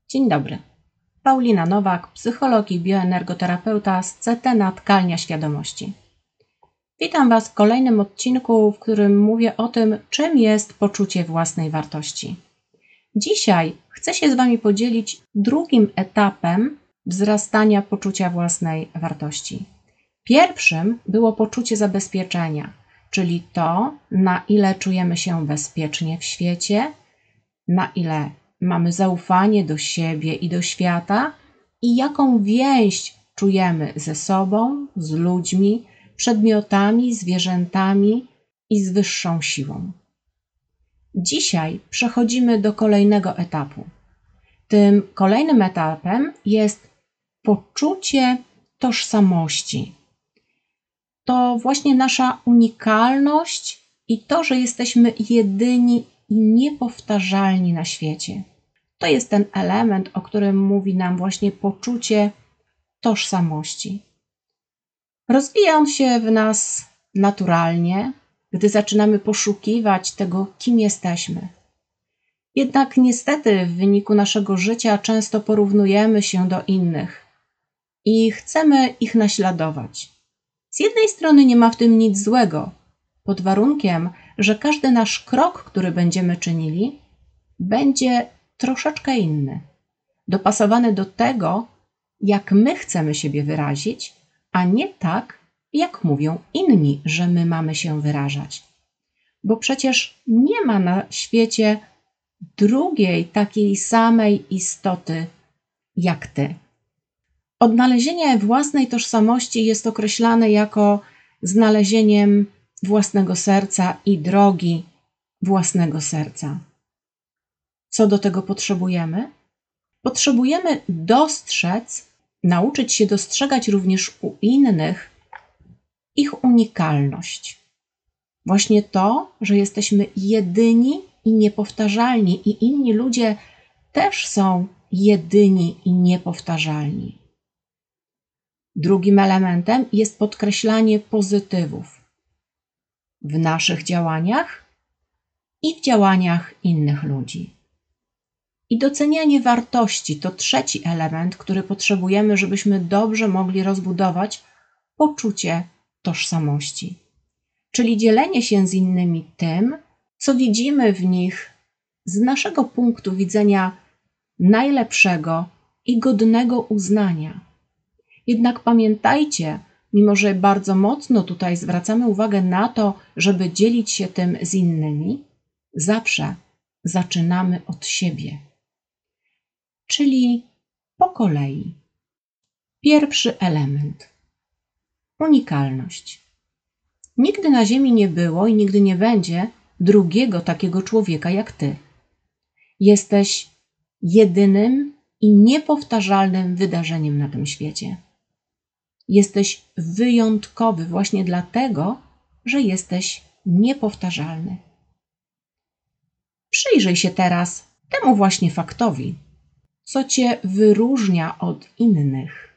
Dzień dobry. Paulina Nowak, psycholog i bioenergoterapeuta z CT Tkalnia Świadomości. Witam Was w kolejnym odcinku, w którym mówię o tym, czym jest poczucie własnej wartości. Dzisiaj chcę się z Wami podzielić drugim etapem wzrastania poczucia własnej wartości. Pierwszym było poczucie zabezpieczenia, czyli to, na ile czujemy się bezpiecznie w świecie, na ile mamy zaufanie do siebie i do świata i jaką więź czujemy ze sobą, z ludźmi, przedmiotami, zwierzętami i z wyższą siłą. Dzisiaj przechodzimy do kolejnego etapu. Tym kolejnym etapem jest poczucie tożsamości. To właśnie nasza unikalność i to, że jesteśmy jedyni i niepowtarzalni na świecie. To jest ten element, o którym mówi nam właśnie poczucie tożsamości. Rozwija on się w nas naturalnie, gdy zaczynamy poszukiwać tego, kim jesteśmy. Jednak niestety w wyniku naszego życia często porównujemy się do innych i chcemy ich naśladować. Z jednej strony nie ma w tym nic złego, pod warunkiem, że każdy nasz krok, który będziemy czynili, będzie troszeczkę inny, dopasowany do tego, jak my chcemy siebie wyrazić, a nie tak, jak mówią inni, że my mamy się wyrażać. Bo przecież nie ma na świecie drugiej takiej samej istoty jak ty. Odnalezienie własnej tożsamości jest określane jako znalezieniem własnego serca i drogi własnego serca. Co do tego potrzebujemy? Potrzebujemy dostrzec, nauczyć się dostrzegać również u innych ich unikalność. Właśnie to, że jesteśmy jedyni i niepowtarzalni i inni ludzie też są jedyni i niepowtarzalni. Drugim elementem jest podkreślanie pozytywów w naszych działaniach i w działaniach innych ludzi. I docenianie wartości to trzeci element, który potrzebujemy, żebyśmy dobrze mogli rozbudować poczucie tożsamości. Czyli dzielenie się z innymi tym, co widzimy w nich z naszego punktu widzenia najlepszego i godnego uznania. Jednak pamiętajcie, mimo że bardzo mocno tutaj zwracamy uwagę na to, żeby dzielić się tym z innymi, zawsze zaczynamy od siebie. Czyli po kolei. Pierwszy element. Unikalność. Nigdy na Ziemi nie było i nigdy nie będzie drugiego takiego człowieka jak ty. Jesteś jedynym i niepowtarzalnym wydarzeniem na tym świecie. Jesteś wyjątkowy właśnie dlatego, że jesteś niepowtarzalny. Przyjrzyj się teraz temu właśnie faktowi, co cię wyróżnia od innych.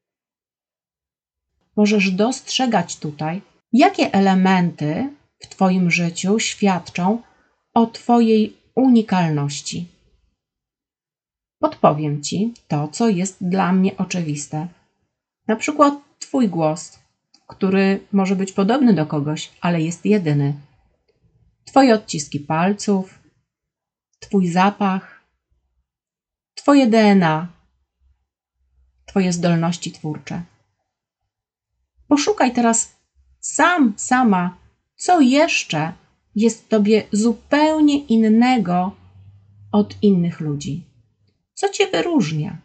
Możesz dostrzegać tutaj, jakie elementy w twoim życiu świadczą o twojej unikalności. Podpowiem ci to, co jest dla mnie oczywiste. Na przykład twój głos, który może być podobny do kogoś, ale jest jedyny. Twoje odciski palców, twój zapach, twoje DNA, twoje zdolności twórcze. Poszukaj teraz sama, co jeszcze jest w tobie zupełnie innego od innych ludzi. Co cię wyróżnia?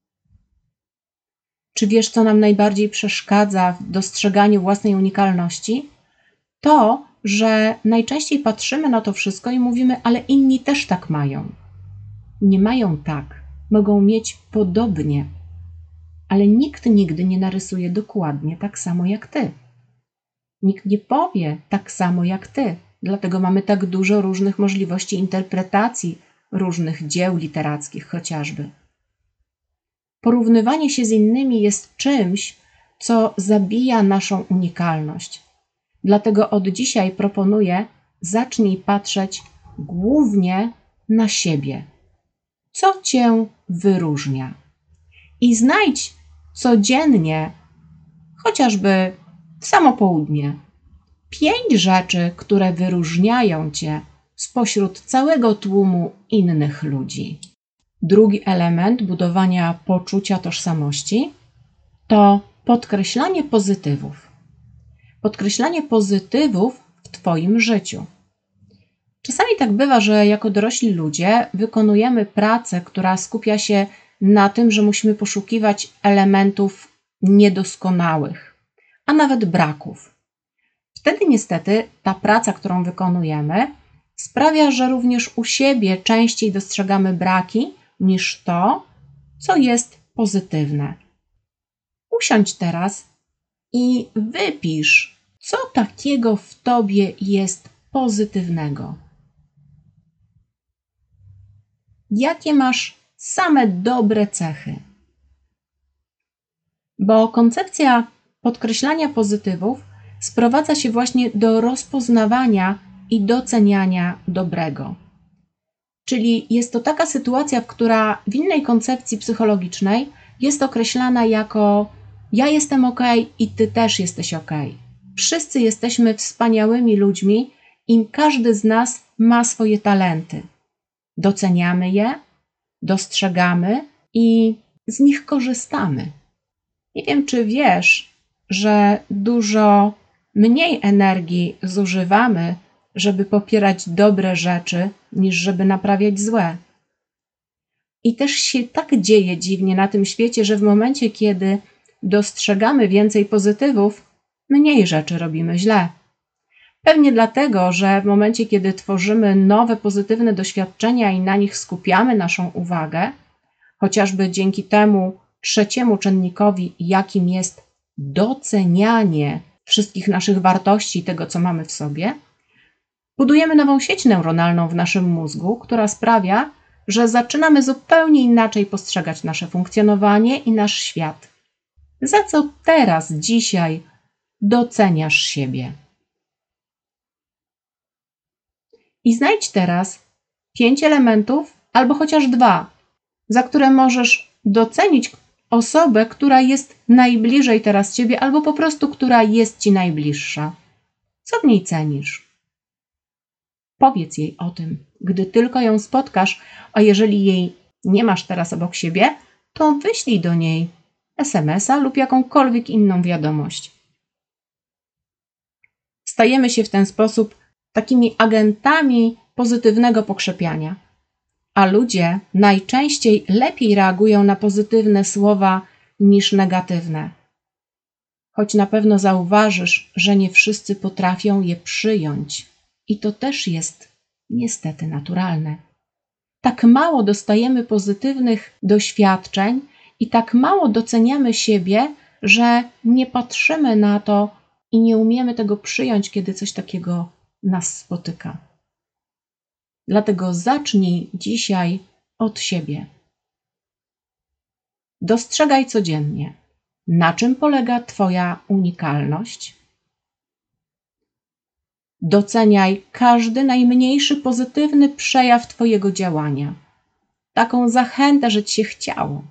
Czy wiesz, co nam najbardziej przeszkadza w dostrzeganiu własnej unikalności? To, że najczęściej patrzymy na to wszystko i mówimy, ale inni też tak mają. Nie mają tak, mogą mieć podobnie, ale nikt nigdy nie narysuje dokładnie tak samo jak ty. Nikt nie powie tak samo jak ty, dlatego mamy tak dużo różnych możliwości interpretacji różnych dzieł literackich chociażby. Porównywanie się z innymi jest czymś, co zabija naszą unikalność. Dlatego od dzisiaj proponuję, zacznij patrzeć głównie na siebie. co Cię wyróżnia. I znajdź codziennie, chociażby w samo południe, 5 rzeczy, które wyróżniają Cię spośród całego tłumu innych ludzi. Drugi element budowania poczucia tożsamości to podkreślanie pozytywów. Podkreślanie pozytywów w Twoim życiu. Czasami tak bywa, że jako dorośli ludzie wykonujemy pracę, która skupia się na tym, że musimy poszukiwać elementów niedoskonałych, a nawet braków. Wtedy niestety ta praca, którą wykonujemy, sprawia, że również u siebie częściej dostrzegamy braki niż to, co jest pozytywne. Usiądź teraz i wypisz, co takiego w Tobie jest pozytywnego. Jakie masz same dobre cechy? Bo koncepcja podkreślania pozytywów sprowadza się właśnie do rozpoznawania i doceniania dobrego. Czyli jest to taka sytuacja, która w innej koncepcji psychologicznej jest określana jako ja jestem okej i ty też jesteś okej. Wszyscy jesteśmy wspaniałymi ludźmi i każdy z nas ma swoje talenty. Doceniamy je, dostrzegamy i z nich korzystamy. Nie wiem, czy wiesz, że dużo mniej energii zużywamy, żeby popierać dobre rzeczy, niż żeby naprawiać złe. I też się tak dzieje dziwnie na tym świecie, że w momencie, kiedy dostrzegamy więcej pozytywów, mniej rzeczy robimy źle. Pewnie dlatego, że w momencie, kiedy tworzymy nowe, pozytywne doświadczenia i na nich skupiamy naszą uwagę, chociażby dzięki temu trzeciemu czynnikowi, jakim jest docenianie wszystkich naszych wartości i tego, co mamy w sobie, budujemy nową sieć neuronalną w naszym mózgu, która sprawia, że zaczynamy zupełnie inaczej postrzegać nasze funkcjonowanie i nasz świat. Za co teraz, dzisiaj doceniasz siebie? I znajdź teraz 5 elementów, albo chociaż 2, za które możesz docenić osobę, która jest najbliżej teraz Ciebie, albo po prostu która jest Ci najbliższa. Co w niej cenisz? Powiedz jej o tym, gdy tylko ją spotkasz, a jeżeli jej nie masz teraz obok siebie, to wyślij do niej SMS-a lub jakąkolwiek inną wiadomość. Stajemy się w ten sposób takimi agentami pozytywnego pokrzepiania. A ludzie najczęściej lepiej reagują na pozytywne słowa niż negatywne. Choć na pewno zauważysz, że nie wszyscy potrafią je przyjąć. I to też jest niestety naturalne. Tak mało dostajemy pozytywnych doświadczeń i tak mało doceniamy siebie, że nie patrzymy na to i nie umiemy tego przyjąć, kiedy coś takiego nas spotyka. Dlatego zacznij dzisiaj od siebie. Dostrzegaj codziennie, na czym polega Twoja unikalność. Doceniaj każdy najmniejszy pozytywny przejaw Twojego działania. Taką zachętę, że Ci się chciało.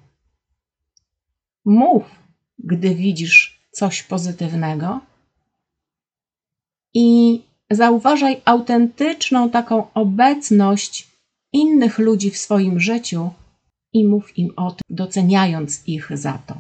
Mów, gdy widzisz coś pozytywnego i zauważaj autentyczną taką obecność innych ludzi w swoim życiu i mów im o tym, doceniając ich za to.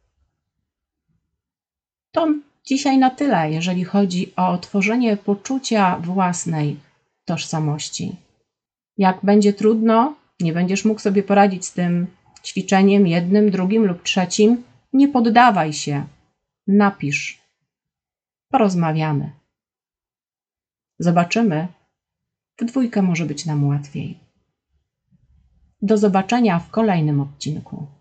To dzisiaj na tyle, jeżeli chodzi o tworzenie poczucia własnej tożsamości. Jak będzie trudno, nie będziesz mógł sobie poradzić z tym ćwiczeniem jednym, drugim lub trzecim, nie poddawaj się. Napisz. Porozmawiamy. Zobaczymy. W dwójkę może być nam łatwiej. Do zobaczenia w kolejnym odcinku.